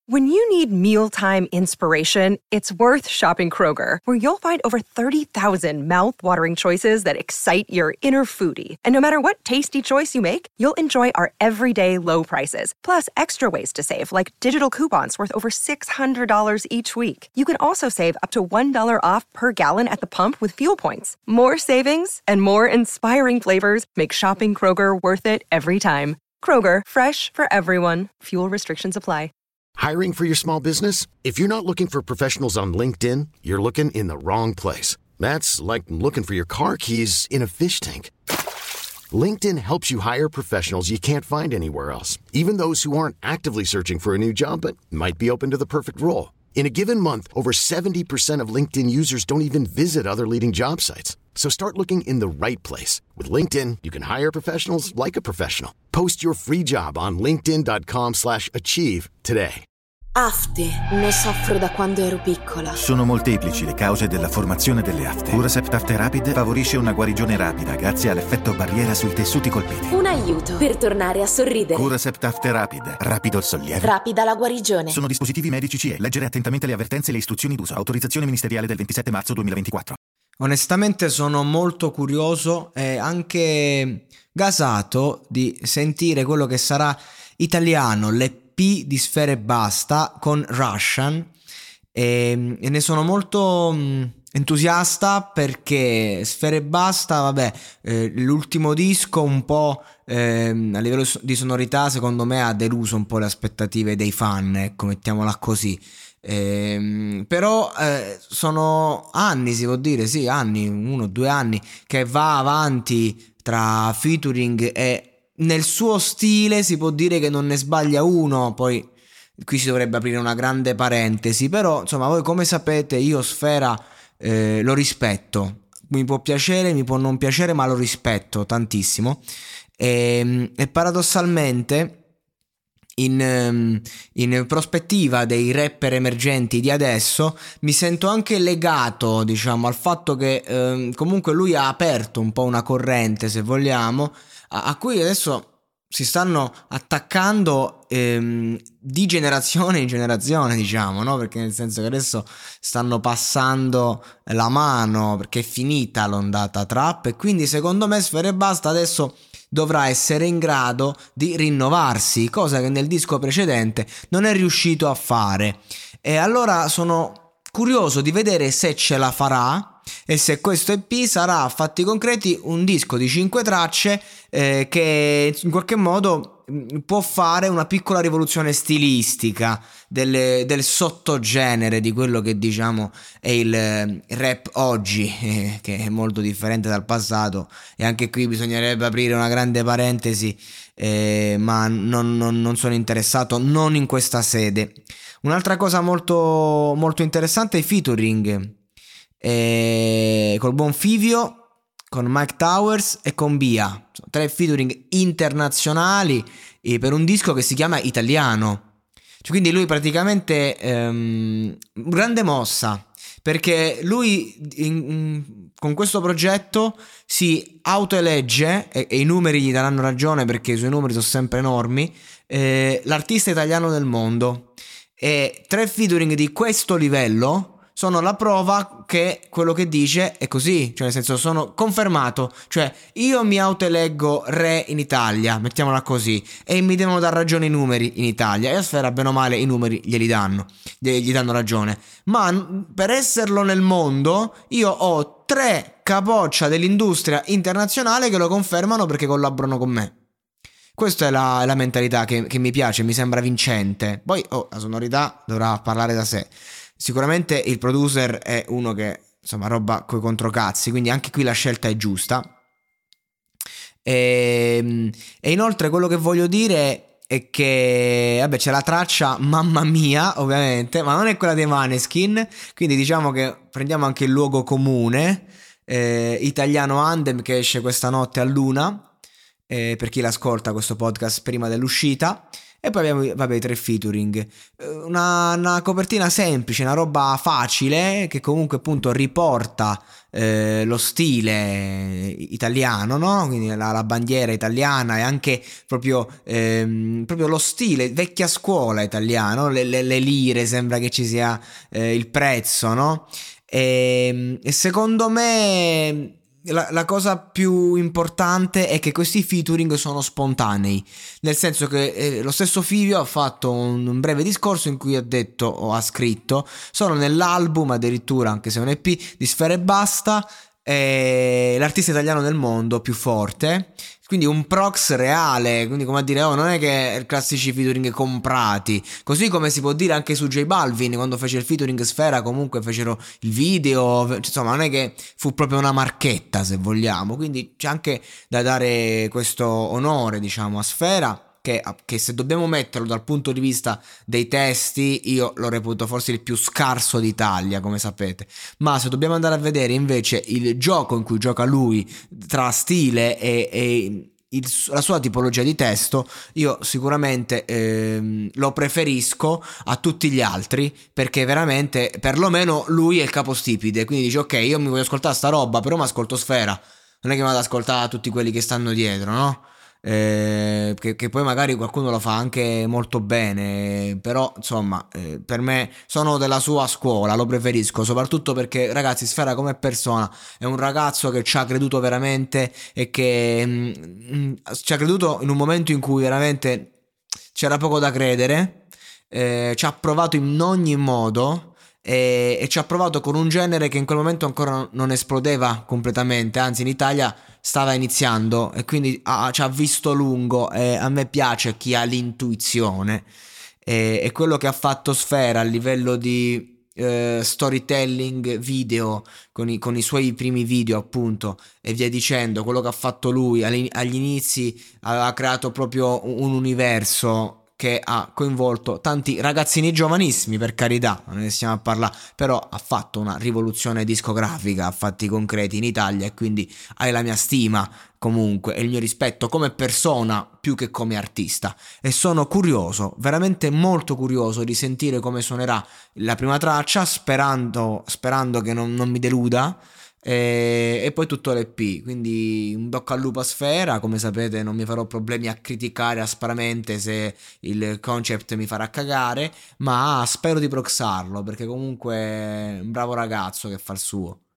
When you need mealtime inspiration, it's worth shopping Kroger, where you'll find over 30,000 mouth-watering choices that excite your inner foodie. And no matter what tasty choice you make, you'll enjoy our everyday low prices, plus extra ways to save, like digital coupons worth over $600 each week. You can also save up to $1 off per gallon at the pump with fuel points. More savings and more inspiring flavors make shopping Kroger worth it every time. Kroger, fresh for everyone. Fuel restrictions apply. Hiring for your small business? If you're not looking for professionals on LinkedIn, you're looking in the wrong place. That's like looking for your car keys in a fish tank. LinkedIn helps you hire professionals you can't find anywhere else, even those who aren't actively searching for a new job but might be open to the perfect role. In a given month, over 70% of LinkedIn users don't even visit other leading job sites. So start looking in the right place. With LinkedIn, you can hire professionals like a professional. Post your free job on linkedin.com/achieve today. Afte, ne soffro da quando ero piccola. Sono molteplici le cause della formazione delle afte. Curacept Afte Rapid favorisce una guarigione rapida grazie all'effetto barriera sui tessuti colpiti. Un aiuto per tornare a sorridere. Curacept Afte Rapid, rapido il sollievo. Rapida la guarigione. Sono dispositivi medici CE. Leggere attentamente le avvertenze e le istruzioni d'uso. Autorizzazione ministeriale del 27 marzo 2024. Onestamente sono molto curioso e anche gasato di sentire quello che sarà italiano, l'EP di Sfera Ebbasta con Russian, e ne sono molto entusiasta perché Sfera Ebbasta, vabbè, l'ultimo disco un po' a livello di sonorità secondo me ha deluso un po' le aspettative dei fan, ecco, mettiamola così. Però sono anni, si può dire, sì, anni, 1 o 2 anni che va avanti tra featuring e nel suo stile si può dire che non ne sbaglia uno. Poi qui si dovrebbe aprire una grande parentesi, però insomma voi come sapete io Sfera lo rispetto, mi può piacere, mi può non piacere, ma lo rispetto tantissimo, e paradossalmente in prospettiva dei rapper emergenti di adesso mi sento anche legato, diciamo, al fatto che comunque lui ha aperto un po' una corrente, se vogliamo, a cui adesso si stanno attaccando di generazione in generazione, diciamo, no? Perché nel senso che adesso stanno passando la mano perché è finita l'ondata trap, e quindi secondo me Sfera Ebbasta adesso dovrà essere in grado di rinnovarsi, cosa che nel disco precedente non è riuscito a fare. E allora sono curioso di vedere se ce la farà e se questo EP sarà a fatti concreti un disco di 5 tracce che in qualche modo può fare una piccola rivoluzione stilistica del sottogenere di quello che diciamo è il rap oggi, che è molto differente dal passato, e anche qui bisognerebbe aprire una grande parentesi, ma non sono interessato, non in questa sede. Un'altra cosa molto, molto interessante è i featuring col buon Fivio, con Mike Towers e con Bia, 3 featuring internazionali per un disco che si chiama Italiano. Cioè, quindi lui praticamente grande mossa, perché lui con questo progetto si autoelegge, e i numeri gli daranno ragione perché i suoi numeri sono sempre enormi, l'artista italiano del mondo, e 3 featuring di questo livello sono la prova che quello che dice è così, cioè nel senso sono confermato, cioè io mi autoeleggo re in Italia, mettiamola così, e mi devono dar ragione i numeri in Italia, e a Sfera bene o male i numeri gli danno ragione, ma per esserlo nel mondo io ho 3 capoccia dell'industria internazionale che lo confermano perché collaborano con me. Questa è la mentalità che mi piace, mi sembra vincente. Poi la sonorità dovrà parlare da sé. Sicuramente il producer è uno che insomma roba coi controcazzi, quindi anche qui la scelta è giusta. E inoltre quello che voglio dire è che vabbè, c'è la traccia Mamma Mia ovviamente, ma non è quella dei Maneskin, quindi diciamo che prendiamo anche il luogo comune, Italiano Andem, che esce questa notte a luna, per chi l'ascolta questo podcast prima dell'uscita. E poi abbiamo vabbè, i 3 featuring. Una copertina semplice, una roba facile che comunque appunto riporta lo stile italiano, no? Quindi la bandiera italiana e anche proprio lo stile vecchia scuola italiano, le lire, sembra che ci sia il prezzo, no? E secondo me la cosa più importante è che questi featuring sono spontanei, nel senso che lo stesso Fivio ha fatto un breve discorso in cui ha detto o ha scritto: sono nell'album, addirittura anche se è un EP, di Sfera Ebbasta, l'artista italiano del mondo più forte. Quindi un prox reale, quindi come a dire, non è che classici featuring comprati, così come si può dire anche su J Balvin, quando fece il featuring Sfera comunque fecero il video, insomma non è che fu proprio una marchetta, se vogliamo. Quindi c'è anche da dare questo onore, diciamo, a Sfera, che se dobbiamo metterlo dal punto di vista dei testi, io lo reputo forse il più scarso d'Italia, come sapete. Ma se dobbiamo andare a vedere invece il gioco in cui gioca lui tra stile e la sua tipologia di testo, io sicuramente lo preferisco a tutti gli altri, perché veramente perlomeno lui è il capostipite, quindi dice: ok, io mi voglio ascoltare sta roba, però mi ascolto Sfera, non è che vado ad ascoltare tutti quelli che stanno dietro, no? Che poi magari qualcuno lo fa anche molto bene, però insomma per me sono della sua scuola, lo preferisco, soprattutto perché, ragazzi, Sfera come persona è un ragazzo che ci ha creduto veramente e che ci ha creduto in un momento in cui veramente c'era poco da credere, ci ha provato in ogni modo e ci ha provato con un genere che in quel momento ancora non esplodeva completamente, anzi in Italia stava iniziando, e quindi ci ha visto lungo. E a me piace chi ha l'intuizione, e quello che ha fatto Sfera a livello di storytelling video con i suoi primi video, appunto, e via dicendo, quello che ha fatto lui agli inizi, aveva creato proprio un universo che ha coinvolto tanti ragazzini giovanissimi, per carità, non ne stiamo a parlare, però ha fatto una rivoluzione discografica a fatti concreti in Italia, e quindi hai la mia stima comunque e il mio rispetto come persona più che come artista. E sono curioso, veramente molto curioso, di sentire come suonerà la prima traccia, sperando che non mi deluda. E poi tutto l'EP, quindi un bocca al lupo a Sfera. Come sapete non mi farò problemi a criticare aspramente se il concept mi farà cagare, ma spero di proxarlo, perché comunque è un bravo ragazzo che fa il suo.